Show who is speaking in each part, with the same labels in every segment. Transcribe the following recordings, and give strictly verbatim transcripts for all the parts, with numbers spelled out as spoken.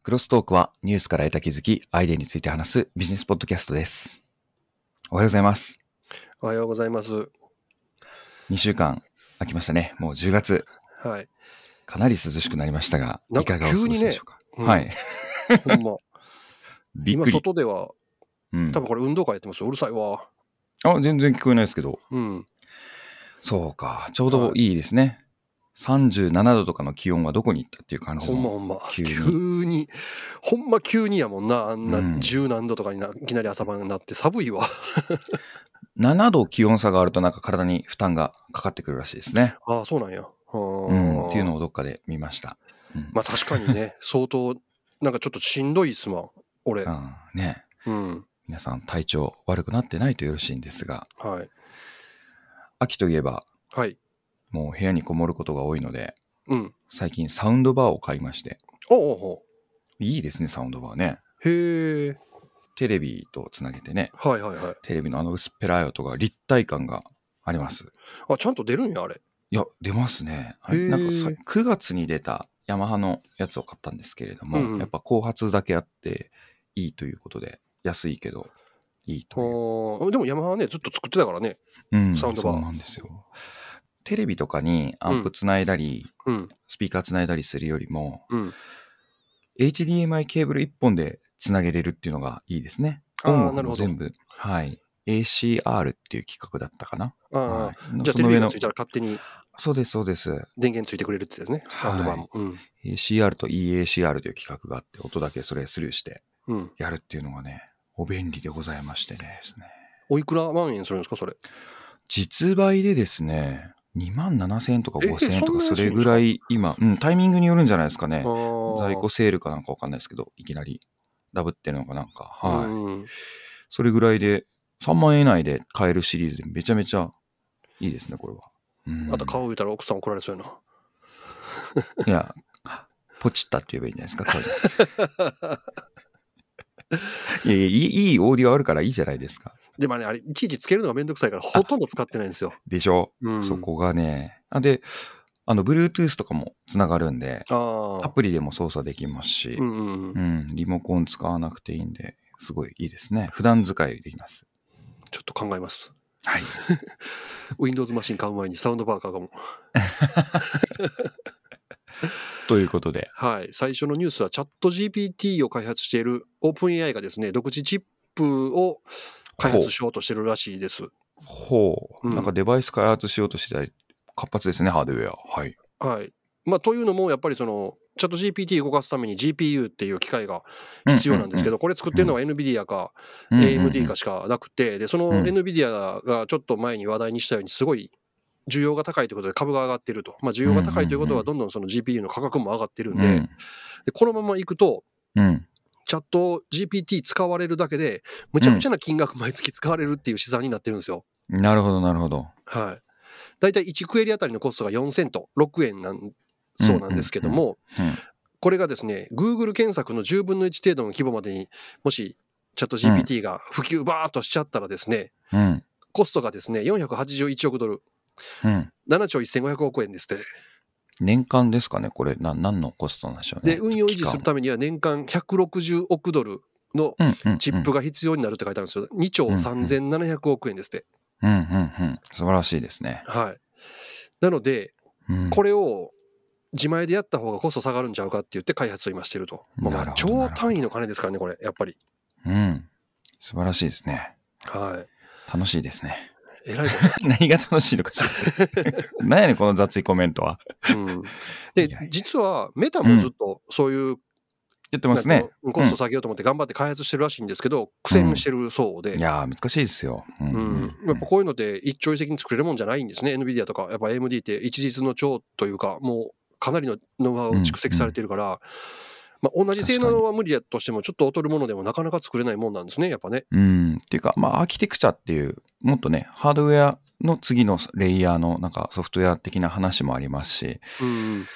Speaker 1: クロストークはニュースから得た気づき、アイデアについて話すビジネスポッドキャストです。おはようございます。
Speaker 2: おはようございます。
Speaker 1: にしゅうかん空きましたね。もうじゅうがつ。
Speaker 2: はい。
Speaker 1: かなり涼しくなりましたが、いかがお過ごしでしょうか。
Speaker 2: ね、
Speaker 1: はい。
Speaker 2: ほんま。
Speaker 1: びっくり。
Speaker 2: 今外では、
Speaker 1: うん、
Speaker 2: 多分これ運動会やってますよ。うるさいわ。
Speaker 1: あ、全然聞こえないですけど。
Speaker 2: うん。
Speaker 1: そうか。ちょうどいいですね。はい、さんじゅうななどとかの気温はどこに行ったっていう感じの。
Speaker 2: ほんまほんま。
Speaker 1: 急に。
Speaker 2: 急に。ほんま急にやもんな。あんな十何度とかにな、いきなり朝晩になって寒いわ。
Speaker 1: ななど気温差があるとなんか体に負担がかかってくるらしいですね。
Speaker 2: ああ、そうなんや。
Speaker 1: うん、っていうのをどっかで見ました。
Speaker 2: うん、まあ確かにね、相当、なんかちょっとしんどいっすもん、俺。
Speaker 1: ああね、
Speaker 2: うん。
Speaker 1: 皆さん体調悪くなってないとよろしいんですが、
Speaker 2: はい。
Speaker 1: 秋といえば、
Speaker 2: はい。
Speaker 1: もう部屋にこもることが多いので、
Speaker 2: うん、
Speaker 1: 最近サウンドバーを買いまして。
Speaker 2: おうおう。
Speaker 1: いいですね、サウンドバーね。
Speaker 2: へえ。
Speaker 1: テレビとつなげてね。
Speaker 2: はいはいはい。
Speaker 1: テレビのあの薄っぺらい音が立体感があります。
Speaker 2: あ、ちゃんと出るんや、あれ。
Speaker 1: いや、出ますね。なんかさくがつに出たヤマハのやつを買ったんですけれども、うんうん、やっぱ後発だけあっていいということで、安いけどいいという。
Speaker 2: でもヤマハはね、ずっと作ってたからね。
Speaker 1: うん、
Speaker 2: サウンドバー。
Speaker 1: そうなんですよ。テレビとかにアンプつないだり、うん、スピーカーつないだりするよりも、うん、エイチディーエムアイ ケーブルいっぽんでつなげれるっていうのがいいですね。音楽も全部、はい、エーシーアール っていう企画だったかな。
Speaker 2: あ、はい、じゃあテレビがついたら勝手に
Speaker 1: そうですそうです。
Speaker 2: 電源ついてくれるってですね、サウンドバーも。
Speaker 1: はい、うん、エーシーアール と イーエーシーアール という企画があって、音だけそれスルーしてやるっていうのがね、お便利でございましてねですね。
Speaker 2: おいくら万円するんですか、それ。
Speaker 1: 実売でですね、にまんななせんえんとかごせんえんとかそれぐらい今、うん、タイミングによるんじゃないですかね。在庫セールかなんかわかんないですけど、いきなりダブってるのかなんか。はい。うん、それぐらいでさんまんえん以内で買えるシリーズでめちゃめちゃいいですね、これは。
Speaker 2: うん、また買おう言うたら奥さん怒られそうやな。
Speaker 1: いや、ポチったって言えばいいんじゃないですか、これ。いやいやいい、いいオーディオあるからいいじゃないですか。
Speaker 2: でもね、あれ、いちいちつけるのがめんどくさいから、ほとんど使ってないんですよ。
Speaker 1: でしょ、うん、そこがね。あで、あの、Bluetooth とかもつながるんで、アプリでも操作できますし、うんうんうんうん、リモコン使わなくていいんで、すごいいいですね。普段使いできます。
Speaker 2: ちょっと考えます。
Speaker 1: はい。
Speaker 2: Windows マシン買う前にサウンドバー買うかも。
Speaker 1: ということで。
Speaker 2: はい。最初のニュースはチャット ジーピーティー を開発している OpenAI がですね、独自チップを開発しようとしてるらしいです。
Speaker 1: ほう。うん、なんかデバイス開発しようとしてたり、活発ですね、ハードウェア。はい。
Speaker 2: はい。まあ、というのも、やっぱりその、チャット ジーピーティー 動かすために ジーピーユー っていう機械が必要なんですけど、うんうんうん、これ作ってるのは NVIDIA か エーエムディー かしかなくて、で、その NVIDIA がちょっと前に話題にしたように、すごい需要が高いということで株が上がっていると。まあ、需要が高いということは、どんどんその ジーピーユー の価格も上がってるんで、うん、でこのままいくと、うん、チャット ジーピーティー 使われるだけで、むちゃくちゃな金額毎月使われるっていう試算になってるんですよ。
Speaker 1: うん、なるほど、なるほど。
Speaker 2: はい。だいたいいちクエリあたりのコストがよんセント、ろくえんなんそうなんですけども、うんうんうん、これがですね、Google 検索のじゅうぶんのいち程度の規模までにもしチャット ジーピーティー が普及バーっとしちゃったらですね、うん、コストがですね、よんひゃくはちじゅういちおくドル、うん、ななちょうせんごひゃくおくえんですって。
Speaker 1: 年間ですかね、これ、な何のコストなんでしょうね。
Speaker 2: で、運用維持するためには年間ひゃくろくじゅうおくドルのチップが必要になるって書いてあるんですよ。にちょうさんぜんななひゃくおくえんですって。
Speaker 1: うんうんうん。素晴らしいですね。
Speaker 2: はい。なので、うん、これを自前でやった方がコスト下がるんちゃうかって言って開発を今してると。まあ、超単位の金ですからね、これ、やっぱり。
Speaker 1: うん。素晴らしいですね。
Speaker 2: はい。
Speaker 1: 楽しいですね。
Speaker 2: えらいこと
Speaker 1: 何が楽しいのかしら。何やねん、この雑いコメントは。
Speaker 2: うん、で、いやいや実はメタもずっとそういう、うん、
Speaker 1: 言ってますね。
Speaker 2: コスト下げようと思って頑張って開発してるらしいんですけど、苦戦してるそうで。
Speaker 1: うん、いや難しいですよ。
Speaker 2: うんうんうん、やっぱこういうのって一朝一夕に作れるもんじゃないんですね。NVIDIA とか、やっぱ エーエムディー って一日の長というか、もうかなりのノウハウを蓄積されてるから、うんうん、まあ、同じ性能は無理だとしても、ちょっと劣るものでもなかなか作れないもんなんですね、やっぱね。
Speaker 1: うん、っていうか、まあ、アーキテクチャっていう、もっとね、ハードウェアの次のレイヤーのなんかソフトウェア的な話もありますし、うん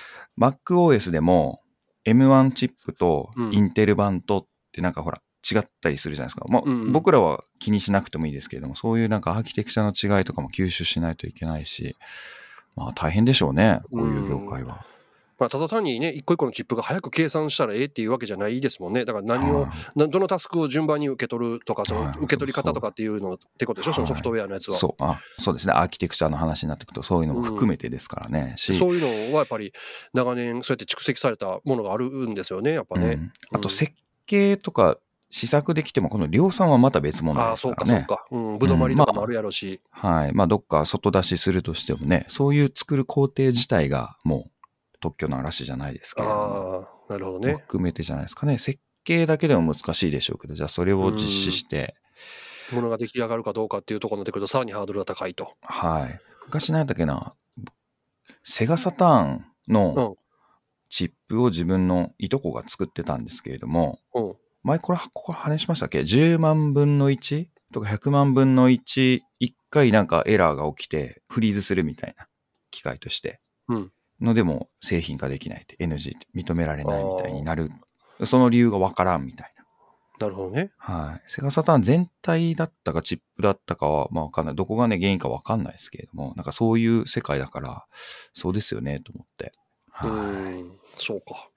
Speaker 1: 、MacOS でも エムワン チップとインテル版とってなんかほら違ったりするじゃないですか。まあ、うんうん、僕らは気にしなくてもいいですけれども、そういうなんかアーキテクチャの違いとかも吸収しないといけないし、まあ大変でしょうね、こういう業界は。
Speaker 2: まあ、ただ単にね、一個一個のチップが早く計算したらええっていうわけじゃないですもんね。だから何を、どのタスクを順番に受け取るとか、その受け取り方とかっていうのってことでしょ、そのソフトウェアのやつは。
Speaker 1: そう、あ、そうですね。アーキテクチャの話になってくると、そういうのも含めてですからね。
Speaker 2: うん、そういうのはやっぱり長年そうやって蓄積されたものがあるんですよね、やっぱね。うん、
Speaker 1: あと設計とか試作できても、この量産はまた別問題ですからね。
Speaker 2: ああ、そうか、そうか。うん、ぶどまりとかもあるやろし、
Speaker 1: うんまあ。はい。まあ、どっか外出しするとしてもね、そういう作る工程自体がもう特許の嵐じゃないですけれども。
Speaker 2: ああ、なるほどね。
Speaker 1: 含めてじゃないですかね。設計だけでも難しいでしょうけど、じゃあそれを実施して、
Speaker 2: ものが出来上がるかどうかっていうところになってくると、さらにハードルが高いと。
Speaker 1: はい。昔何だっけな、セガサターンのチップを自分のいとこが作ってたんですけれども、うん、前これ、ここ話しましたっけ ?じゅうまんぶんのいち とかひゃくまんぶんのいち、一回なんかエラーが起きてフリーズするみたいな機械として。うんのでも製品化できないって エヌジー って認められないみたいになる。その理由がわからんみたいな。
Speaker 2: なるほどね。
Speaker 1: はい。セガサターン全体だったかチップだったかは、まあわかんない。どこがね原因かわかんないですけれども、なんかそういう世界だから、そうですよね、と思って。
Speaker 2: はい。うん、そうか。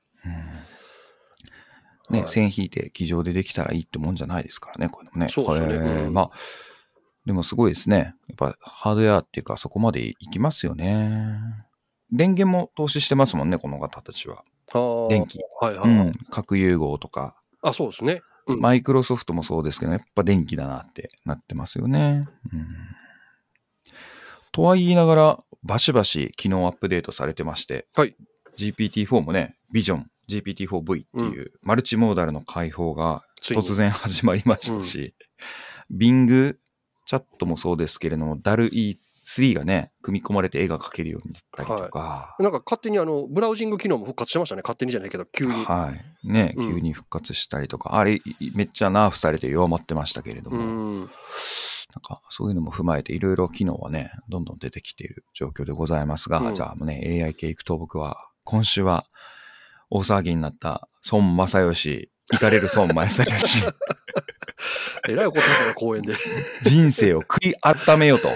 Speaker 1: うん、ね、はい、線引いて机上でできたらいいってもんじゃないですからね、これもね。
Speaker 2: そうですね。
Speaker 1: うん、まあ、でもすごいですね。やっぱハードウェアっていうかそこまでいきますよね。電源も投資してますもんね、この方たちは。電気。
Speaker 2: はいはい、はい
Speaker 1: うん。核融合とか。
Speaker 2: あ、そうですね。
Speaker 1: うん、マイクロソフトもそうですけど、やっぱ電気だなってなってますよね。うん、とは言いながら、バシバシ機能アップデートされてまして、
Speaker 2: はい、
Speaker 1: ジーピーティーフォー もね、ビジョン ジーピーティーフォーブイ っていうマルチモーダルの開放が突然始まりましたし、うん、Bing チャットもそうですけれども、ダル イースリー がね、組み込まれて絵が描けるようになったりとか。
Speaker 2: はい、なんか勝手にあの、ブラウジング機能も復活してましたね。勝手にじゃないけど、急に。
Speaker 1: はい。ね、うん、急に復活したりとか、あれ、めっちゃナーフされて弱まってましたけれども、うん、なんかそういうのも踏まえていろいろ機能はね、どんどん出てきている状況でございますが、うん、じゃあもうね、エーアイ 系行くと僕は、今週は大騒ぎになった孫正義、行かれる孫正義。
Speaker 2: えらいことだから公園で
Speaker 1: 人生を悔い改めよと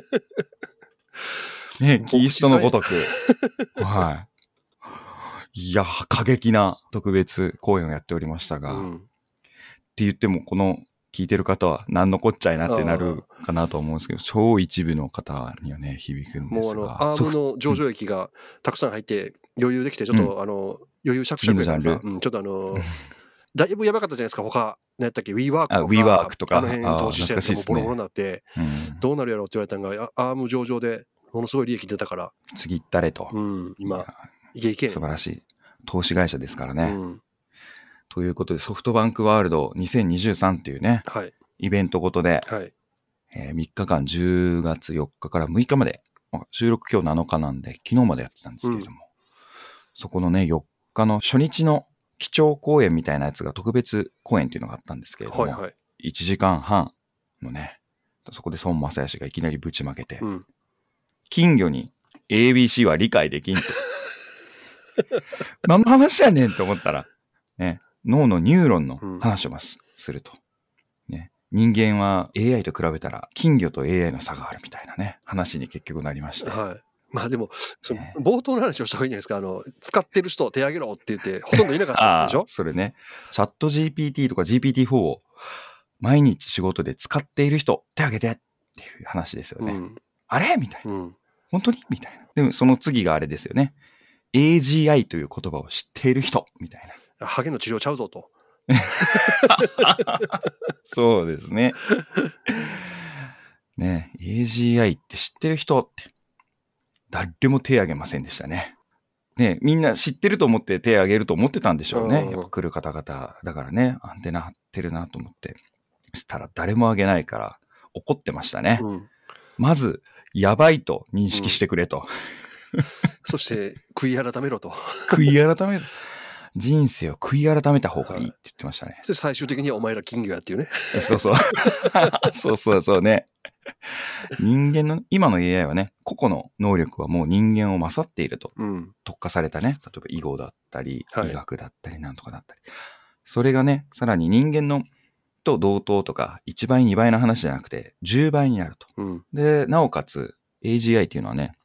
Speaker 1: ね、キリストのごとくはいいや過激な特別公演をやっておりましたが、うん、って言ってもこの聞いてる方は何のこっちゃいなってなるかなと思うんですけど、超一部の方にはね響くんですが、
Speaker 2: もうあのアームの上場益がたくさん入って余裕できてちょっと、うん、あの余裕しゃくしゃくやからさ、うん、ちょっとあのだいぶやばかったじゃないですか。他何やったっけ WeWork とか、
Speaker 1: WeWork とか
Speaker 2: あの辺投資したやつがもうボロボロになって、うん、どうなるやろうって言われたのが、アーム上場でものすごい利益出たから。
Speaker 1: 次行ったれと。
Speaker 2: うん、今、いけいけ。
Speaker 1: 素晴らしい。投資会社ですからね。うん、ということで、ソフトバンクワールドにせんにじゅうさんっていうね、はい、イベントごとで、はいえー、みっかかんじゅうがつよっかからむいかまで、まあ、収録今日なのかなんで、昨日までやってたんですけれども、うん、そこのね、よっかの初日の基調講演みたいなやつが特別講演っていうのがあったんですけれども、はいはい、いちじかんはんのね、そこで孫正義がいきなりぶちまけて、うん、金魚に エービーシー は理解できんと。何の話やねんって思ったら、ね、脳のニューロンの話をます、うん、すると、ね。人間は エーアイ と比べたら金魚と エーアイ の差があるみたいなね、話に結局なりまして。
Speaker 2: はいまあでも、その冒頭の話をした方がいいんじゃないですか。あの、使ってる人手挙げろって言って、ほとんどいなかったでしょ
Speaker 1: それね。チャット ジーピーティー とか ジーピーティーフォー を毎日仕事で使っている人手挙げてっていう話ですよね。うん、あれみたいな、うん。本当にみたいな。でもその次があれですよね。エージーアイ という言葉を知っている人みたい
Speaker 2: な。ハゲの治療ちゃうぞと。
Speaker 1: そうですね。ね、エージーアイ って知ってる人って。誰も手挙げませんでしたね。ね、みんな知ってると思って手挙げると思ってたんでしょうね。やっぱ来る方々だからね、アンテナ張ってるなと思って。そしたら誰も挙げないから怒ってましたね。うん、まず、やばいと認識してくれと。
Speaker 2: うん、そして、悔い改めろと。
Speaker 1: 悔い改めろ。人生を悔い改めた方がいいって言ってましたね。はい、
Speaker 2: そ最終的にはお前ら金魚やっていうね。
Speaker 1: そうそう。そうそうそうね。人間の、今の エーアイ はね、個々の能力はもう人間を勝っていると。うん、特化されたね、例えば囲碁だったり、医学だったり、なんとかだったり。それがね、さらに人間のと同等とか、いちばい、にばいの話じゃなくて、じゅうばいになると。うん、で、なおかつ、エージーアイ っていうのはね、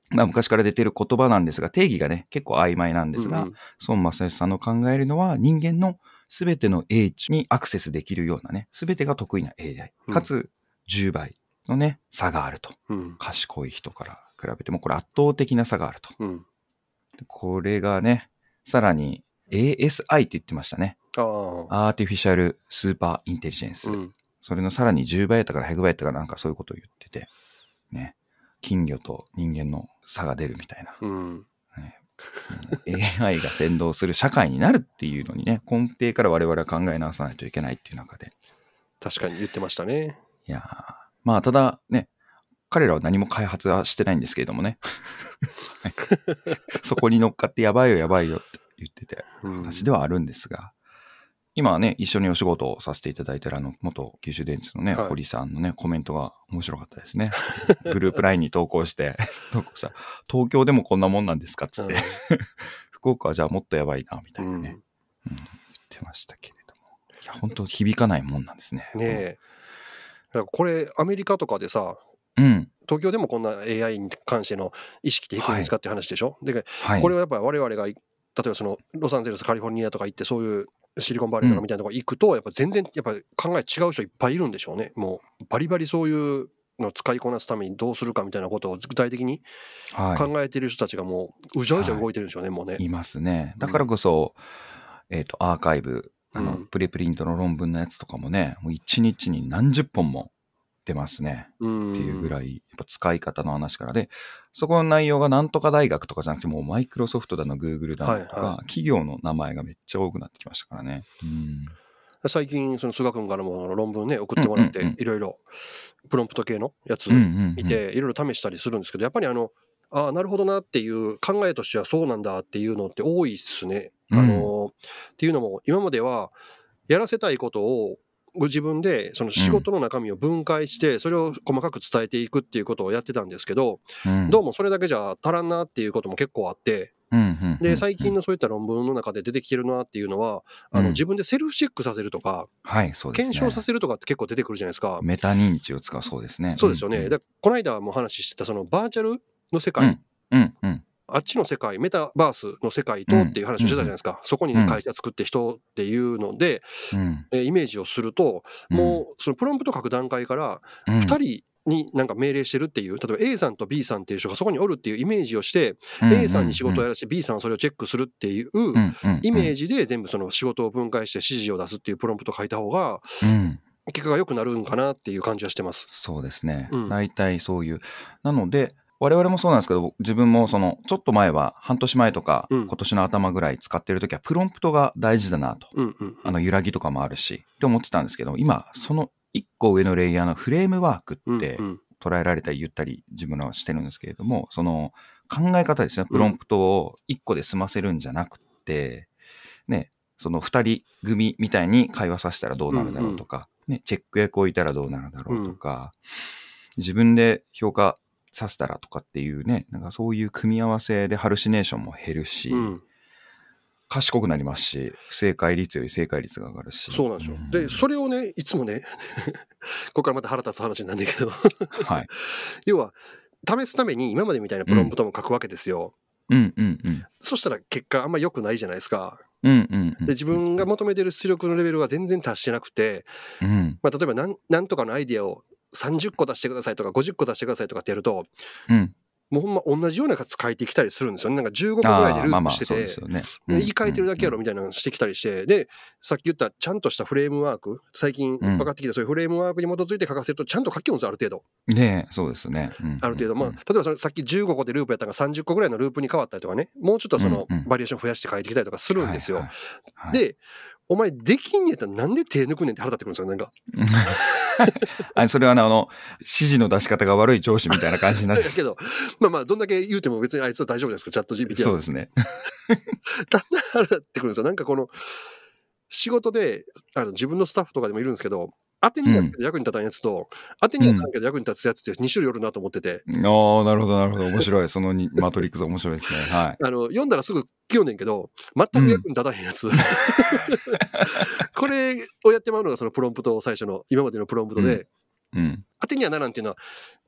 Speaker 1: まあ昔から出てる言葉なんですが、定義がね、結構曖昧なんですが、
Speaker 2: うんうん、
Speaker 1: 孫正義さんの考えるのは、人間のすべての英知にアクセスできるようなね、すべてが得意な エーアイ、かつじゅうばいのね、差があると。うん、賢い人から比べても、これ圧倒的な差があると。うん、これがね、さらに エーエスアイ って言ってましたね。アーティフィシャルスーパーインテリジェンス。うん、それのさらにじゅうばいやったからひゃくばいやったからなんかそういうことを言ってて、ね。金魚と人間の差が出るみたいな。うんね、エーアイ が先導する社会になるっていうのにね、根底から我々は考え直さないといけないっていう中で。
Speaker 2: 確かに言ってましたね。
Speaker 1: いやまあただね、彼らは何も開発はしてないんですけれどもね。そこに乗っかってやばいよやばいよって言ってて話ではあるんですが、今はね、一緒にお仕事をさせていただいてるあの、元九州電通のね、はい、堀さんのね、コメントが面白かったですね。グループラインに投稿して、投稿した東京でもこんなもんなんですかっつって、福岡はじゃあもっとやばいな、みたいなね、うんうん、言ってましたけれども。いや、本当響かないもんなんですね。
Speaker 2: ねえ。だからこれ、アメリカとかでさ、うん、東京でもこんな エーアイ に関しての意識って低いんですかっていう話でしょ。はい、で、はい、これはやっぱり我々が、例えばそのロサンゼルス、カリフォルニアとか行って、そういうシリコンバレーとかみたいなとこ行くと、やっぱ全然やっぱ考え違う人いっぱいいるんでしょうね。もうバリバリそういうのを使いこなすためにどうするかみたいなことを具体的に考えてる人たちがもううじゃうじゃ動いてるんでしょうね、はい、もうね。
Speaker 1: いますね。だからこそ、うん、えっと、アーカイブ、あの、うん、プレプリントの論文のやつとかもね、もう一日に何十本も出ますね。っていうぐらい、やっぱ使い方の話からで、そこの内容がなんとか大学とかじゃなくてもうマイクロソフトだの、グーグルだのとか、はいはい、企業の名前がめっちゃ多くなってきましたからね。うん、
Speaker 2: 最近、その菅君からも論文ね、送ってもらって、いろいろプロンプト系のやつ見て、いろいろ試したりするんですけど、やっぱりあの、ああ、なるほどなっていう考えとしてはそうなんだっていうのって多いっすね。あの、うん、っていうのも、今まではやらせたいことをご自分でその仕事の中身を分解してそれを細かく伝えていくっていうことをやってたんですけど、うん、どうもそれだけじゃ足らんなっていうことも結構あって、うんうんうんうん、で最近のそういった論文の中で出てきてるなっていうのは、あの自分でセルフチェックさせるとか、
Speaker 1: はいそうですね、
Speaker 2: 検証させるとかって結構出てくるじゃないですか。
Speaker 1: メタ認知を使うそうですね。
Speaker 2: そうですよね。うんうん、でこの間も話してたそのバーチャルの世界、うんうんうんあっちの世界、メタバースの世界とっていう話をしてたじゃないですか。うんうん、そこに会社作って人っていうので、うんえー、イメージをすると、もうそのプロンプト書く段階からふたりになんか命令してるっていう、例えば A さんと B さんっていう人がそこにおるっていうイメージをして、うんうんうん、A さんに仕事をやらせて B さんはそれをチェックするっていうイメージで全部その仕事を分解して指示を出すっていうプロンプトを書いた方が、うん結果が良くなるんかなっていう感じはしてます。
Speaker 1: そうですね。うん、大体そういう。なので、我々もそうなんですけど、自分もその、ちょっと前は、半年前とか、うん、今年の頭ぐらい使ってるときは、プロンプトが大事だなと。うんうんうん、あの、揺らぎとかもあるし、って思ってたんですけど、今、その一個上のレイヤーのフレームワークって捉えられたり言ったり、自分らはしてるんですけれども、その考え方ですね。プロンプトを一個で済ませるんじゃなくて、ね、その二人組みたいに会話させたらどうなるだろうとか、うんうんね、チェック役置いたらどうなるだろうとか、うん、自分で評価させたらとかっていうね、なんかそういう組み合わせでハルシネーションも減るし、うん、賢くなりますし、不正解率より正解率が上がるし。
Speaker 2: そうなんですよ。うん、で、それをね、いつもね、ここからまた腹立つ話なんだけど、はい、要は、試すために今までみたいなプロンプトも書くわけですよ。うんうんうん、そしたら結果あんま良くないじゃないですか。うんうんうん、で自分が求めてる出力のレベルが全然達してなくて、うんまあ、例えば何、何とかのアイディアをさんじゅっこ出してくださいとかごじゅっこ出してくださいとかってやると、うん、もうほんま同じようなやつ書いてきたりするんですよね。なんかじゅうごこぐらいでループしてて、まあまあねうん、言い換えてるだけやろみたいなのしてきたりして、でさっき言ったちゃんとしたフレームワーク、最近分かってきたそういうフレームワークに基づいて書かせるとちゃんと書きようんですよ、ある程度。
Speaker 1: ねえ、そうですね。うん、
Speaker 2: ある程度、まあ、例えばそれさっきじゅうごこでループやったのがさんじゅっこぐらいのループに変わったりとかね、もうちょっとそのバリエーション増やして書いてきたりとかするんですよ。はいはいはい、で、お前できんねやったらなんで手抜くねんって腹立ってくるんですよ、なんか。
Speaker 1: あそれはね、あの、指示の出し方が悪い上司みたいな感じになる。
Speaker 2: だけど、まあまあ、どんだけ言うても別にあいつは大丈夫ですか、チャット ジーピーティー は。
Speaker 1: そうですね。
Speaker 2: だんだん腹立ってくるんですよ。なんかこの、仕事で、あの自分のスタッフとかでもいるんですけど、当てになるけど役に立たんやつと、うん、当てにはなるけど役に立つやつってに種類おるなと思ってて。
Speaker 1: うん、ああ、なるほど、なるほど。面白い。そのマトリックス面白いですね。はい。
Speaker 2: あの、読んだらすぐ来よんねんけど、全く役に立たへんやつ。うん、これをやってまうのがそのプロンプト、最初の、今までのプロンプトで、うんうん、当てにはならんっていうのは、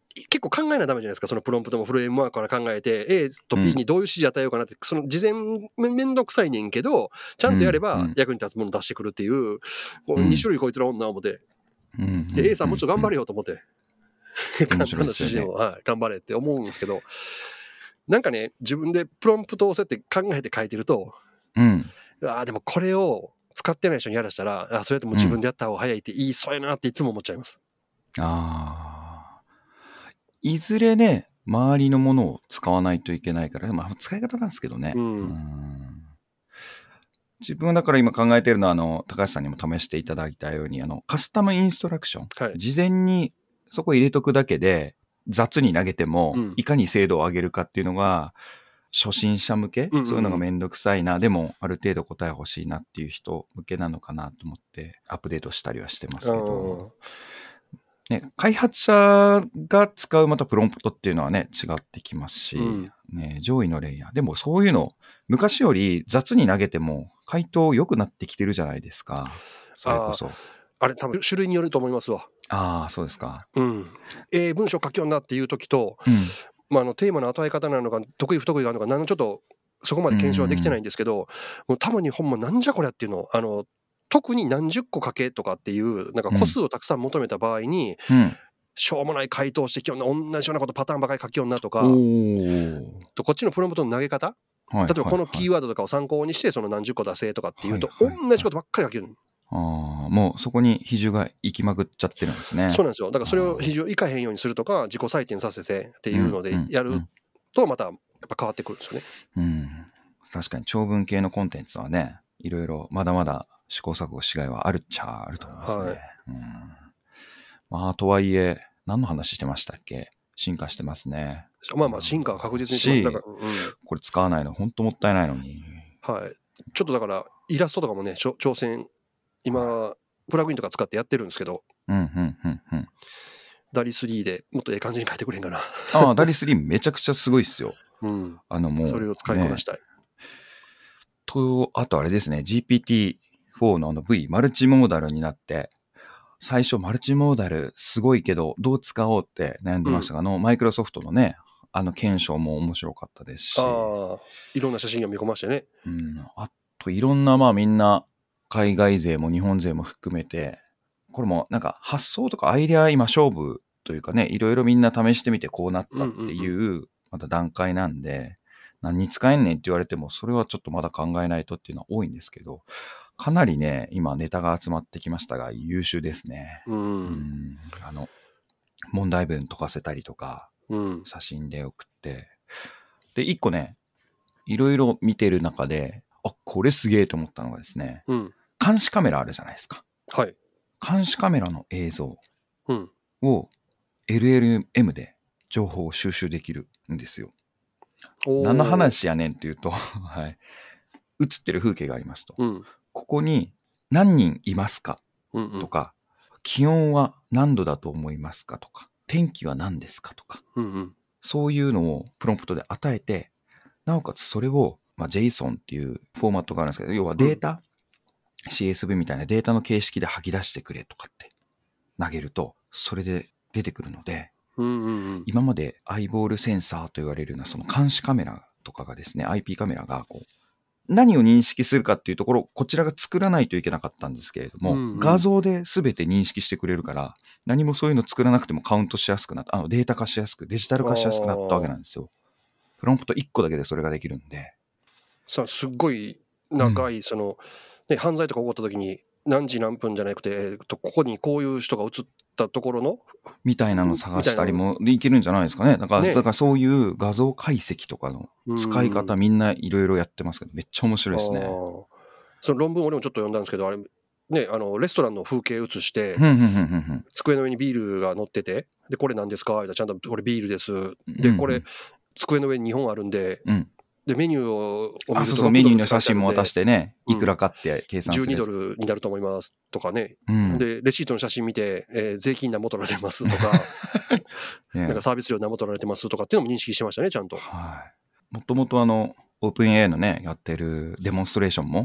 Speaker 2: 結構考えないとダメじゃないですか、そのプロンプトもフレームワークから考えて、A と B にどういう指示与えようかなって、その事前めめんどくさいねんけど、ちゃんとやれば役に立つもの出してくるっていう、こうに種類こいつら女思って、で A さんもうちょっと頑張れよと思って、簡単な指示を、はい、頑張れって思うんですけど、なんかね、自分でプロンプトをそうやって考えて書いてると、うん、あでもこれを使ってない人にやらしたら、あそうやってもう自分でやった方が早いって言いそうやなっていつも思っちゃいます。
Speaker 1: うん、ああ。いずれね、周りのものを使わないといけないから、まあ使い方なんですけどね。うん、うん自分はだから今考えているのは、あの、高橋さんにも試していただいたように、あの、カスタムインストラクション。はい、事前にそこ入れとくだけで、雑に投げても、いかに精度を上げるかっていうのが、初心者向け、うん、そういうのがめんどくさいな、でもある程度答え欲しいなっていう人向けなのかなと思ってアップデートしたりはしてますけど、ね、開発者が使うまたプロンプトっていうのはね、違ってきますし、うんね、上位のレイヤー。でもそういうの、昔より雑に投げても回答良くなってきてるじゃないですか。それこそ。
Speaker 2: あ, あれ多分種類によると思いますわ。
Speaker 1: ああ、そうですか。
Speaker 2: うん。ええー、文章書きようなっていう時と、うんまあ、あのテーマの与え方なのか得意不得意があるのか何のちょっとそこまで検証はできてないんですけど、もうたまにほんまなんじゃこりゃっていうのあの特に何十個書けとかっていうなんか個数をたくさん求めた場合に、うん、しょうもない回答してきような同じようなことパターンばかり書きようなとかとこっちのプロンプトの投げ方、はい、例えばこのキーワードとかを参考にしてその何十個出せとかっていうと、はいはいはい、同じことばっかり書きよう。
Speaker 1: ああ、もうそこに比重が行きまくっちゃってるんですね。
Speaker 2: そうなんですよ。だからそれを比重いかへんようにするとか、自己採点させてっていうのでやると、またやっぱ変わってくるんですよね。
Speaker 1: うん。確かに長文系のコンテンツはね、いろいろまだまだ試行錯誤しがいはあるっちゃあると思いますね。はいうん、まあ、とはいえ、何の話してましたっけ？進化してますね。
Speaker 2: まあまあ、進化は確実にしてます。だから、
Speaker 1: うん、これ使わないの本当もったいないのに。
Speaker 2: はい。ちょっとだから、イラストとかもね、挑戦、今、はいプラグインとか使ってやってるんですけど、
Speaker 1: うんうんうんうん、
Speaker 2: ダリスリーでもっとええ感じに書いてくれんかな。
Speaker 1: ああ、ダリスリーめちゃくちゃすごいっすよ。
Speaker 2: うん、
Speaker 1: あのもう、
Speaker 2: それを使いこなしたい。
Speaker 1: ね、と、あとあれですね、ジーピーティーフォー のあの V、マルチモーダルになって、最初マルチモーダルすごいけど、どう使おうって悩んでましたが、うん、あの、マイクロソフトのね、あの検証も面白かったですし。
Speaker 2: ああ、いろんな写真を見込ましてね。
Speaker 1: うん、あといろんな、まあみんな、海外勢も日本勢も含めて、これもなんか発想とかアイデア今勝負というかね、いろいろみんな試してみてこうなったっていうまた段階なんで、何に使えんねんって言われてもそれはちょっとまだ考えないとっていうのは多いんですけど、かなりね、今ネタが集まってきましたが優秀ですね。
Speaker 2: うん
Speaker 1: うんあの問題文解かせたりとか、
Speaker 2: うん、
Speaker 1: 写真で送って。で、一個ね、いろいろ見てる中で、あ、これすげえと思ったのがですね、
Speaker 2: うん
Speaker 1: 監視カメラあるじゃないですか。
Speaker 2: はい。
Speaker 1: 監視カメラの映像を エルエルエム で情報を収集できるんですよ。何の話やねんっていうと、はい、映ってる風景がありますと。
Speaker 2: うん、
Speaker 1: ここに何人いますか
Speaker 2: うんうん、
Speaker 1: とか、気温は何度だと思いますかとか、天気は何ですかとか、
Speaker 2: うんうん、
Speaker 1: そういうのをプロンプトで与えて、なおかつそれを、まあ、ジェイソン っていうフォーマットがあるんですけど、要はデータ、うん、シーエスブイ みたいなデータの形式で吐き出してくれとかって投げると、それで出てくるので、
Speaker 2: うんうんうん、
Speaker 1: 今までアイボールセンサーと言われるようなその監視カメラとかがですね、アイピー カメラがこう何を認識するかっていうところ、こちらが作らないといけなかったんですけれども、うんうん、画像で全て認識してくれるから、何もそういうの作らなくてもカウントしやすくなった、あのデータ化しやすく、デジタル化しやすくなったわけなんですよ。プロンプトいっこだけでそれができるんで。
Speaker 2: さあ、すっごい長い、うん、その、ね、犯罪とか起こった時に、何時何分じゃなくて、えー、とここにこういう人が映ったところの
Speaker 1: みたいなのを探したりもいけるんじゃないですかね。だから、ね、だからそういう画像解析とかの使い方、みんないろいろやってますけど、めっちゃ面白いですね。
Speaker 2: その論文俺もちょっと読んだんですけど、あれね、あのレストランの風景写して、机の上にビールが乗ってて、でこれ何ですか？ちゃんとこれビールです。でこれ机の上ににほんあるんで。うんでメニューを見ると、
Speaker 1: あ、そうそう、メニューの写真も渡してね、いくらかって計算する、
Speaker 2: うん、じゅうにドルになると思いますとかね、うん、でレシートの写真見て、えー、税金何も取られてますとか、ね、なんかサービス料何も取られてますとかっていうのも認識してましたね、ちゃんと。
Speaker 1: はい。もともとあのオープンエーアイのねやってるデモンストレーションも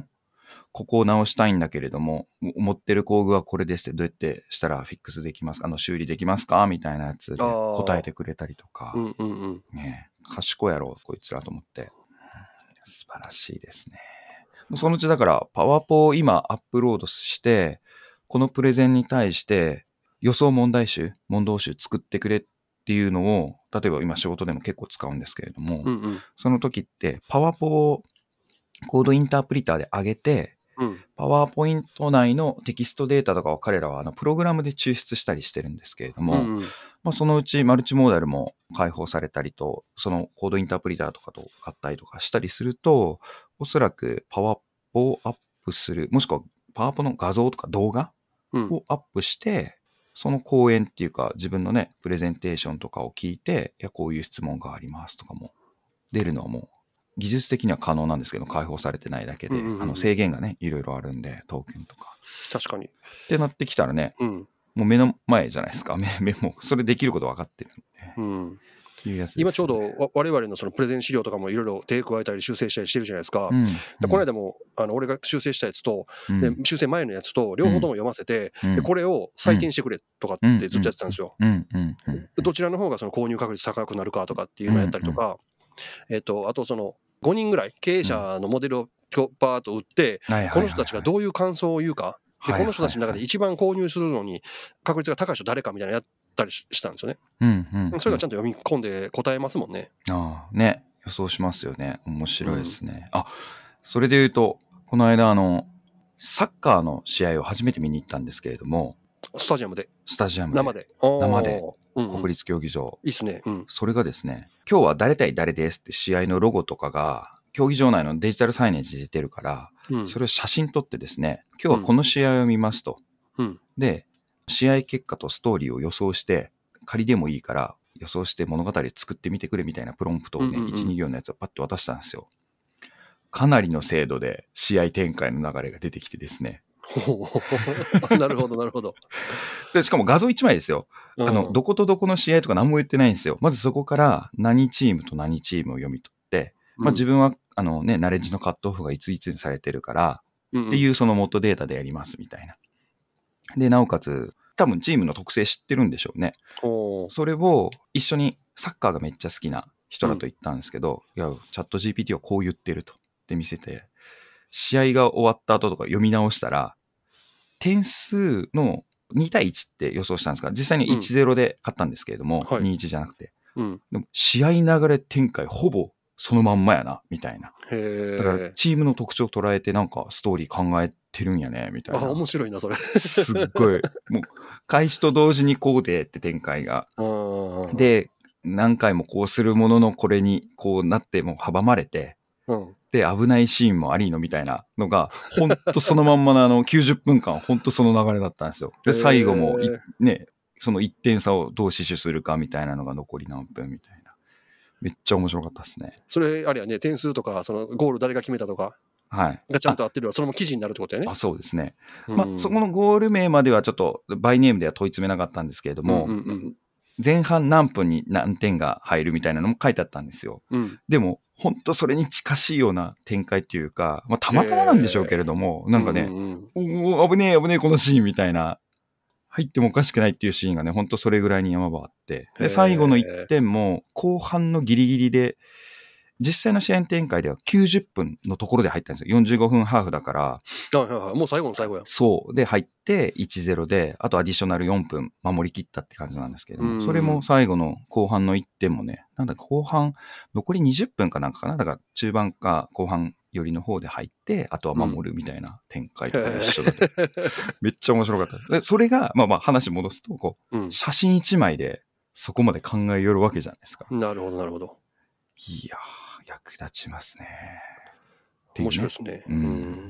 Speaker 1: ここを直したいんだけれども、持ってる工具はこれですって、どうやってしたらフィックスできますか、あの修理できますかみたいなやつで答えてくれたりとか、
Speaker 2: うんうんうん、
Speaker 1: ね、賢いやろこいつらと思って、素晴らしいですね。そのうちだからパワポを今アップロードして、このプレゼンに対して予想問題集、問答集作ってくれっていうのを、例えば今仕事でも結構使うんですけれども、
Speaker 2: うんうん、
Speaker 1: その時ってパワポをコードインタープリターで上げて、うん、パワーポイント内のテキストデータとかを彼らはあのプログラムで抽出したりしてるんですけれども、うんうん、まあ、そのうちマルチモーダルも開放されたりと、そのコードインタープリターとかと合体とかしたりすると、おそらくパワポをアップする、もしくはパワポの画像とか動画をアップして、うん、その講演っていうか自分のね、プレゼンテーションとかを聞いて、いや、こういう質問がありますとかも出るのはもう、技術的には可能なんですけど、開放されてないだけで、うんうんうん、あの制限がね、いろいろあるんで、トークンとか。
Speaker 2: 確かに。
Speaker 1: ってなってきたらね、うん、もう目の前じゃないですか。目、目も、それできること分かってるんで。うん
Speaker 2: いうやつですね、今ちょうど我々のそのプレゼン資料とかもいろいろ手加えたり修正したりしてるじゃないですか。うんうん、でこの間もあの俺が修正したやつと、うん、で修正前のやつと両方とも読ませて、うん、でこれを採点してくれとかってずっとやってたんですよ。どちらの方がその購入確率高くなるかとかっていうのをやったりとか、うんうん、えっと、あとそのごにんぐらい経営者のモデルをパーッと打って、この人たちがどういう感想を言うか、でこの人たちの中で一番購入するのに確率が高い人誰かみたいなのやったりしたんですよね。うんうんうん、そういうのはちゃんと読み込んで答えますもんね。
Speaker 1: ああね、予想しますよね。面白いですね。うん、あ、それで言うとこの間あのサッカーの試合を初めて見に行ったんですけれども、
Speaker 2: スタジアムで
Speaker 1: スタジアムで
Speaker 2: 生で
Speaker 1: 生で国立競技場、
Speaker 2: いいっすね。うん、
Speaker 1: それがですね、今日は誰対誰ですって試合のロゴとかが競技場内のデジタルサイネージで出てるから、うん、それを写真撮ってですね、今日はこの試合を見ますと、うん、で試合結果とストーリーを予想して、仮でもいいから予想して物語を作ってみてくれみたいなプロンプトをね、うんうんうん、いち、に行のやつをパッと渡したんですよ。かなりの精度で試合展開の流れが出てきてですね。
Speaker 2: なるほどなるほど。
Speaker 1: でしかも画像いちまいですよ。あの、うん、どことどこの試合とか何も言ってないんですよ。まずそこから何チームと何チームを読み取って、まあ、自分はあのね、ナレッジのカットオフがいついつにされてるから、うんうん、っていうその元データでやりますみたいな。で、なおかつ多分チームの特性知ってるんでしょうね。それを一緒にサッカーがめっちゃ好きな人だと言ったんですけど、うん、いや、チャット ジーピーティー はこう言ってるとって見せて、試合が終わった後とか読み直したら、点数のに対いちって予想したんですが、実際に いちたいゼロ で勝ったんですけれども、うん、はい、にたいいちじゃなくて、うん、でも試合流れ展開ほぼそのまんまやなみたいな。へ、だからチームの特徴を捉えてなんかストーリー考えてるんやねみたいな。
Speaker 2: あ、面白いなそれ。
Speaker 1: すっごいもう開始と同時にこうでって展開がで、何回もこうするもののこれにこうなっても阻まれて、うん、で危ないシーンもありのみたいなのがほんとそのまんまのあのきゅうじゅっぷんかんほんとその流れだったんですよ。で最後もね、そのいってん差をどう死守するかみたいなのが残り何分みたいな、めっちゃ面白かったですね。
Speaker 2: それあれやね、点数とかそのゴール誰が決めたとかがちゃんと合ってるわ、それも記事になるってことやね。
Speaker 1: あ、そうですね。まあそこのゴール名まではちょっとバイネームでは問い詰めなかったんですけれども、うんうんうん、前半何分に何点が入るみたいなのも書いてあったんですよ。うん、でも本当それに近しいような展開っていうか、まあ、たまたまなんでしょうけれども、なんかね、うんうん、おお危ねえ危ねえこのシーンみたいな、入ってもおかしくないっていうシーンがね、本当それぐらいに山場あって、で最後のいってんも後半のギリギリで、実際の試合展開ではきゅうじゅっぷんのところで入ったんですよ。よんじゅうごふんハーフだから。
Speaker 2: はいはいはい、もう最後の最後や。
Speaker 1: そう。で入って いちたいゼロ で、あとアディショナルよんぷん守り切ったって感じなんですけれども、それも最後の後半のいってんもね、なんだ後半、残りにじゅっぷんかなんかかな。だから中盤か後半寄りの方で入って、あとは守るみたいな展開とか一緒だと。うん、めっちゃ面白かった。でそれが、まあまあ話戻すと、こう、うん、写真いちまいでそこまで考えよるわけじゃないですか。
Speaker 2: なるほどなるほど。
Speaker 1: いやー、役立ちますね。
Speaker 2: ね、面白いですね。
Speaker 1: うん。うん、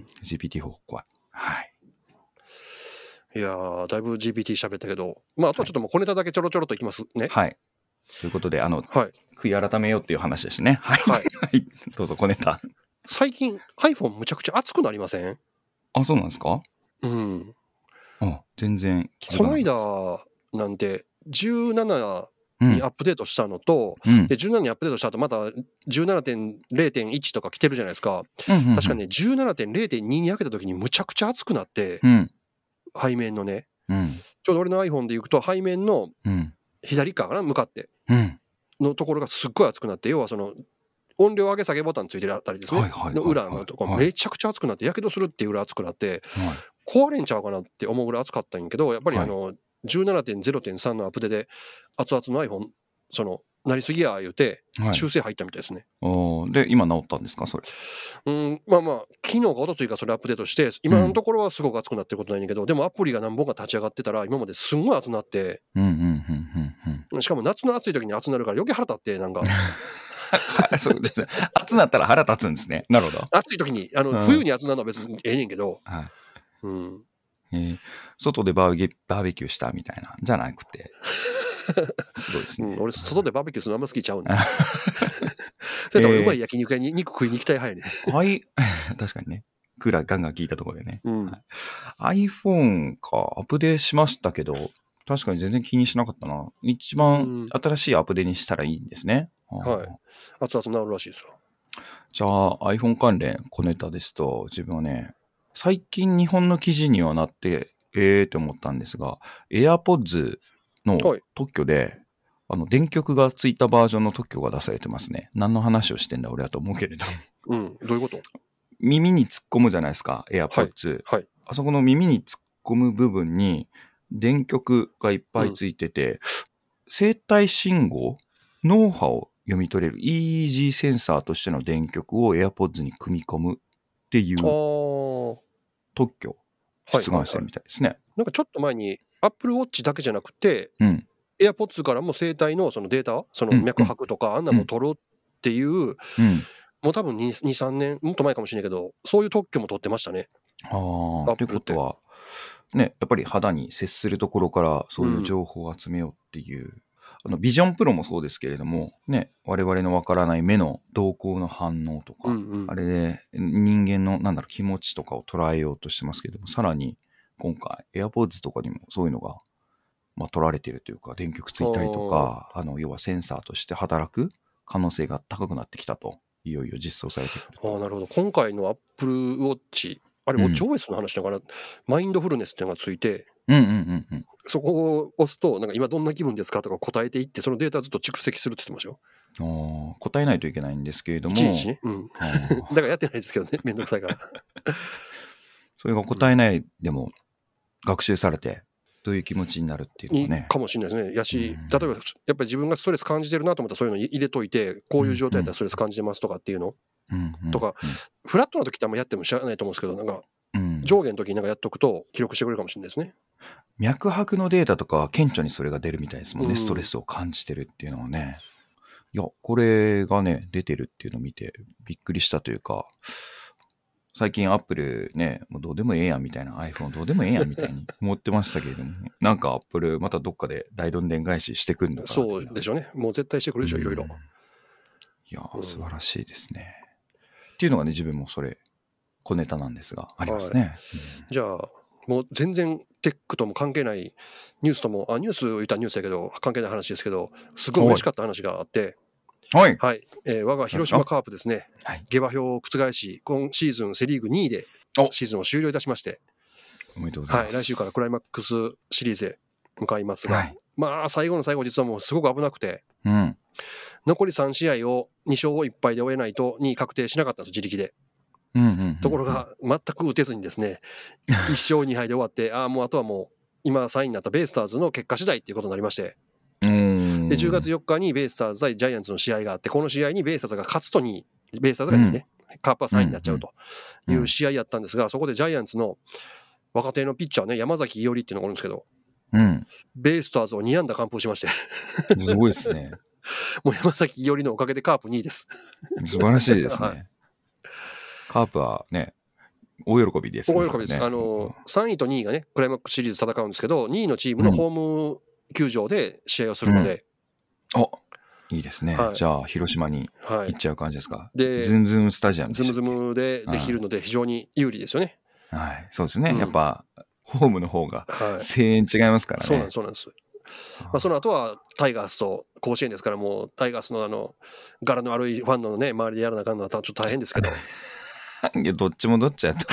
Speaker 1: ジーピーティーフォー 怖い。はい。
Speaker 2: いやー、だいぶ ジーピーティー 喋ったけど、まあ、あとはちょっともう小ネタだけちょろちょろといきますね。
Speaker 1: はい。ということで、あの、はい、悔い改めようっていう話ですね。はい。はい、どうぞ、小ネタ。
Speaker 2: 最近 iPhone むちゃくちゃ熱くなりません？
Speaker 1: あ、そうなんですか？
Speaker 2: うん。
Speaker 1: あ、全然気づかなかったです。
Speaker 2: この間なんてじゅうななにアップデートしたのと、
Speaker 1: うん。
Speaker 2: でじゅうななにアップデートした後また じゅうななてんれいてんいち とか来てるじゃないですか。
Speaker 1: うんうんうん、
Speaker 2: 確かね じゅうななてんれいてんに に開けた時にむちゃくちゃ熱くなって、
Speaker 1: うん、
Speaker 2: 背面のね、
Speaker 1: うん、
Speaker 2: ちょうど俺の iPhone で行くと背面の左側かな向かってのところがすっごい熱くなって、要はその音量上げ下げボタンついてるあたりですね、はいはいはいはい、の裏のところめちゃくちゃ熱くなってやけどするっていうぐらい熱くなって、はい、壊れんちゃうかなって思うぐらい熱かったんやけど、やっぱりあの、はい、じゅうななてんれいてんさん のアップデで熱々の iPhone そのなりすぎや言うて修正入ったみたいですね、
Speaker 1: はい、で今治ったんですかそれ。
Speaker 2: うんまあまあ昨日か一昨日かそれアップデートして今のところはすごく熱くなってることないんだけど、うん、でもアプリが何本か立ち上がってたら今まですんごい熱くなって、うんうんうんうん、しかも夏の暑い時に熱くなるから余計腹立ってなんか
Speaker 1: そうですね。暑なったら腹立つんですね。なるほど。
Speaker 2: 暑い時にあの、うん、冬に暑なるのは別にええねんけど、はい、
Speaker 1: うんえー、外でバーベキュー、バーベキューしたみたいなじゃなくてすごいですね、
Speaker 2: うん、俺外でバーベキューするのあんま好きちゃうねそれとうまい焼肉屋に肉食いに行きたい早いね
Speaker 1: はい確かにねクーラーガンガン効いたところでね、うんはい、iPhone かアップデートしましたけど確かに全然気にしなかったな。一番新しいアップデートにしたらいいんですね、
Speaker 2: うん、はい熱々治るらしいですよ。
Speaker 1: じゃあ iPhone 関連小ネタですと自分はね最近日本の記事にはなってえーって思ったんですが AirPods の特許で、はい、あの電極がついたバージョンの特許が出されてますね。何の話をしてんだ俺はと思うけれど
Speaker 2: うんどういうこと？
Speaker 1: 耳に突っ込むじゃないですか AirPods、はいはい、あそこの耳に突っ込む部分に電極がいっぱいついてて、うん、生体信号脳波を読み取れる イーイージー センサーとしての電極を AirPods に組み込むっていう特許出願してるみたいですね、はいはいはい、
Speaker 2: なんかちょっと前に Apple Watch だけじゃなくて、うん、AirPods からも生体のそのデータその脈拍とか、うん、あんなも取ろうっていう、うん、もう多分 にさんねんもっと前かもしれないけどそういう特許も取ってましたね。
Speaker 1: ああということはねやっぱり肌に接するところからそういう情報を集めようっていう、うんあのビジョンプロもそうですけれども、ね、我々のわからない目の動向の反応とか、うんうん、あれで人間のなんだろう気持ちとかを捉えようとしてますけども、さらに今回 AirPods とかにもそういうのが、まあ、取られているというか電極ついたりとかあの要はセンサーとして働く可能性が高くなってきたといよいよ実装されてくる。
Speaker 2: ああなるほど。今回の Apple Watchあれ、ウォッチ オーエス の話だから、うん、マインドフルネスっていうのがついて、
Speaker 1: うんうんうんうん、
Speaker 2: そこを押すと、なんか今どんな気分ですかとか答えていって、そのデータずっと蓄積するって言ってましたよ。
Speaker 1: あ答えないといけないんですけれども。
Speaker 2: いちにちね。うん。だからやってないですけどね、めんどくさいから。
Speaker 1: それが答えないでも学習されて、どういう気持ちになるっていうのがね。
Speaker 2: いいかもしれないですね。やし、例えば、やっぱり自分がストレス感じてるなと思ったらそういうの入れといて、こういう状態だったらストレス感じてますとかっていうの。うんうん、とか、フラットな時ってあんまやっても知らないと思うんですけど、なんか、うん、上下の時になんかやっとくと記録してくれるかもしれないですね。
Speaker 1: 脈拍のデータとかは顕著にそれが出るみたいですもんね、うん、ストレスを感じてるっていうのはね。いやこれがね出てるっていうのを見てびっくりしたというか、最近アップルねもうどうでもええやんみたいな iPhone どうでもええやんみたいに思ってましたけれどもなんかアップルまたどっかで大どんでん返ししてくるのかな。
Speaker 2: そうでしょうね。もう絶対してくるでしょ、いろいろ。
Speaker 1: いや素晴らしいですね、うん、っていうのがね自分もそれ小ネタなんですがありますね、はいうん、
Speaker 2: じゃあもう全然テックとも関係ないニュースともあニュース言ったらニュースだけど関係ない話ですけどすごい嬉しかった話があって、はい、はいえー、我が広島カープですね、はい、下馬評を覆し今シーズンセリーグにいでシーズンを終了いたしまして、
Speaker 1: おめでとうございます、
Speaker 2: はい、来週からクライマックスシリーズへ向かいますが、はい、まあ最後の最後実はもうすごく危なくて、うん、残りさんしあいをにしょういっぱいで終えないとにい確定しなかったんです自力で。うんうんうんうん、ところが全く打てずにですねいっしょうにはいで終わってああもうあとはもう今さんいになったベイスターズの結果次第っていうことになりまして、うんでじゅうがつよっかにベイスターズ対ジャイアンツの試合があってこの試合にベイスターズが勝つとにいベイスターズがにいね、うん、カープはさんいになっちゃうという試合やったんですが、そこでジャイアンツの若手のピッチャーね山崎伊織っていうのがおるんですけど、うん、ベイスターズをに安打完封しまして
Speaker 1: すごいですね
Speaker 2: もう山崎伊織のおかげでカープにいです
Speaker 1: 素晴らしいですね、はいカープはね、大喜びです、ね。
Speaker 2: 大喜びです。あの、さんいとにいがね、クライマックスシリーズ戦うんですけど、にいのチームのホーム球場で試合をするので。
Speaker 1: うんうん、いいですね、はい。じゃあ、広島に行っちゃう感じですか。はい、で、ズンズンスタジアムで
Speaker 2: ズムズムでできるので、非常に有利ですよね。
Speaker 1: はい、そうですね。うん、やっぱ、ホームの方が声援違いますからね。
Speaker 2: はい、そうなんです、そうなんです。 まあ、その後はタイガースと甲子園ですから、もうタイガースのあの柄の悪いファンのね周りでやらなあかんのはちょっと大変ですけど
Speaker 1: いやどっちもどっちやと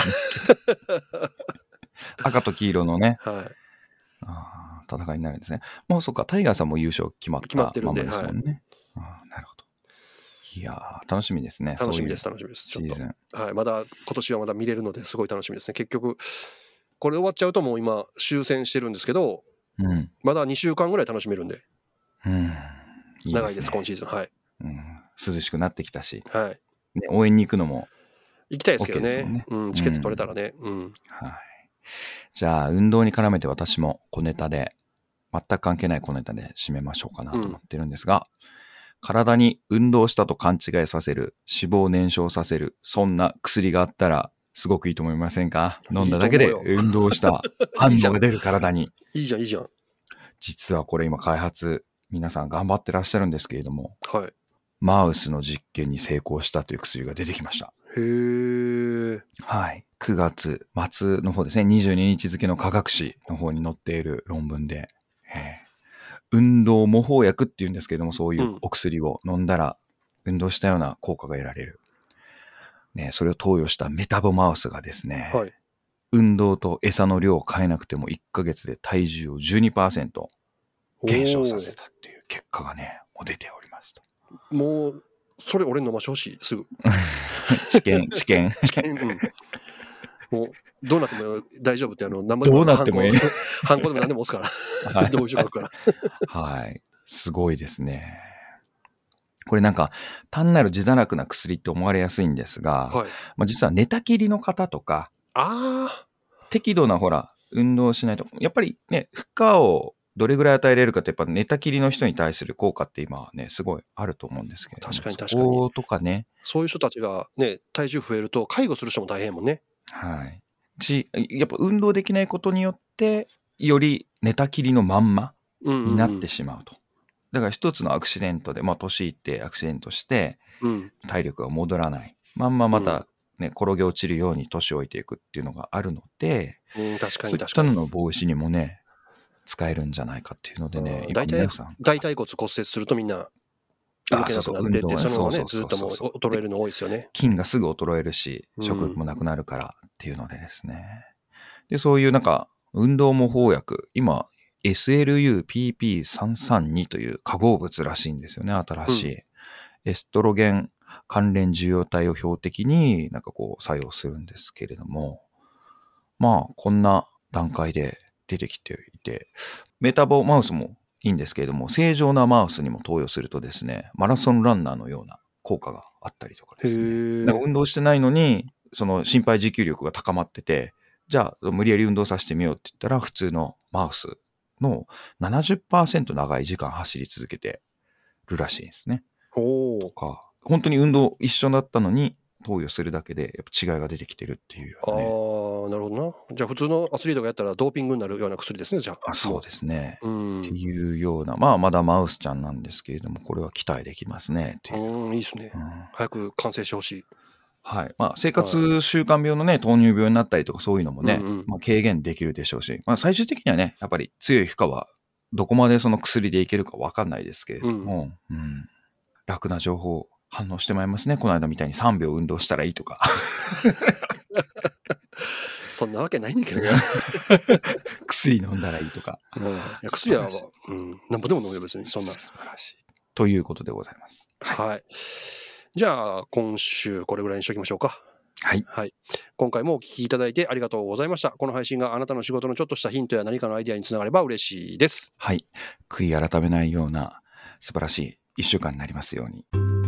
Speaker 1: 赤と黄色のね、
Speaker 2: はい、
Speaker 1: あ戦いになるんですね。もうそっか、タイガーさんも優勝決まったままですもんね。あなるほど。いやー楽しみですね。
Speaker 2: 楽しみです楽しみです。
Speaker 1: シーズン、
Speaker 2: はい、まだ今年はまだ見れるのですごい楽しみですね。結局これ終わっちゃうともう今終戦してるんですけど、うん、まだにしゅうかんぐらい楽しめるんで、うん、いいですね、長いです今シーズン。はい、うん、
Speaker 1: 涼しくなってきたし、
Speaker 2: はい
Speaker 1: ね、応援に行くのも
Speaker 2: 行きたいですけどね、ね、うん、チケット取れたらね、うんうん、
Speaker 1: はい。じゃあ運動に絡めて私も小ネタで全く関係ない小ネタで締めましょうかなと思ってるんですが、うん、体に運動したと勘違いさせる、脂肪を燃焼させる、そんな薬があったらすごくいいと思いませんか？飲んだだけで運動した反応が出る体に。
Speaker 2: いいじゃんいいじゃん。
Speaker 1: 実はこれ今開発皆さん頑張ってらっしゃるんですけれども、
Speaker 2: はい、
Speaker 1: マウスの実験に成功したという薬が出てきました。
Speaker 2: へー。
Speaker 1: はい。くがつ末の方ですね、にじゅうににち付の科学誌の方に載っている論文で、運動模倣薬っていうんですけれども、そういうお薬を飲んだら運動したような効果が得られる。ね、それを投与したメタボマウスがですね、はい、運動と餌の量を変えなくてもいっかげつで体重を じゅうにパーセント 減少させたっていう結果がね、もう出ておりますと。
Speaker 2: もう、それ俺飲ましてほしい、すぐ。
Speaker 1: 治験、治験。
Speaker 2: 治験、うん。もう、どうなっても大丈夫って、あの、
Speaker 1: 生でもどうなってもいい。
Speaker 2: ハンコでも何でも押すから。どういう書くから。
Speaker 1: はい。すごいですね。これなんか単なる自堕落な薬って思われやすいんですが、はい、まあ、実は寝たきりの方とか、
Speaker 2: あ
Speaker 1: 適度なほら運動しないとやっぱりね負荷をどれぐらい与えれるかってやっぱ寝たきりの人に対する効果って今はねすごいあると思うんですけど、
Speaker 2: 確かに確かに
Speaker 1: とかね、
Speaker 2: そういう人たちがね体重増えると介護する人も大変もんね。
Speaker 1: はい。しやっぱ運動できないことによってより寝たきりのまんまになってしまうと。うんうんうん、だから一つのアクシデントで、まあ年いってアクシデントして、体力が戻らない。うん、まんままたね、転げ落ちるように年老いていくっていうのがあるので、
Speaker 2: うん、確かに確かに。
Speaker 1: そういったのの防止にもね、使えるんじゃないかっていうのでね、
Speaker 2: 大体、大腿骨骨折するとみんな動けなくなってて、そのままね、ずっともう衰えるの多いですよね。
Speaker 1: 筋がすぐ衰えるし、食欲もなくなるからっていうのでですね。で、そういうなんか、運動模倣薬、今、エスエルユーピーピーさんさんに という化合物らしいんですよね、新しい。うん、エストロゲン関連受容体を標的になんかこう作用するんですけれども、まあこんな段階で出てきていて、メタボマウスもいいんですけれども、正常なマウスにも投与するとですね、マラソンランナーのような効果があったりとかですね。なんか運動してないのに、その心肺持久力が高まってて、じゃあ無理やり運動させてみようって言ったら、普通のマウスの ななじゅっパーセント 長い時間走り続けてるらしいんですね。とか、本当に運動一緒だったのに投与するだけでやっぱ違いが出てきてるっていうようなね。
Speaker 2: ああ、なるほどな。じゃあ普通のアスリートがやったらドーピングになるような薬ですね、じゃあ。
Speaker 1: あ、そうですね。
Speaker 2: うん、
Speaker 1: っていうような、まあまだマウスちゃんなんですけれども、これは期待できますねっていう。
Speaker 2: うん、いいですね。うん、早く完成してほしい。
Speaker 1: はい。まあ、生活習慣病のね、糖尿病になったりとかそういうのもね、うんうん、まあ、軽減できるでしょうし、まあ、最終的にはね、やっぱり強い負荷はどこまでその薬でいけるか分かんないですけれども、うんうん、楽な情報反応してもらいますね。この間みたいにさんびょう運動したらいいとか。
Speaker 2: そんなわけないんだけどね。
Speaker 1: 薬飲んだらいいとか。
Speaker 2: うん、いや薬は、うん、なんぼでも飲むよ、別に。そんな。
Speaker 1: 素晴らしい。ということでございます。
Speaker 2: はい。はい、じゃあ、今週これぐらいにしときましょうか。
Speaker 1: はい。
Speaker 2: はい。今回もお聞きいただいてありがとうございました。この配信があなたの仕事のちょっとしたヒントや何かのアイデアにつながれば嬉しいです。
Speaker 1: はい。悔い改めないような素晴らしい一週間になりますように。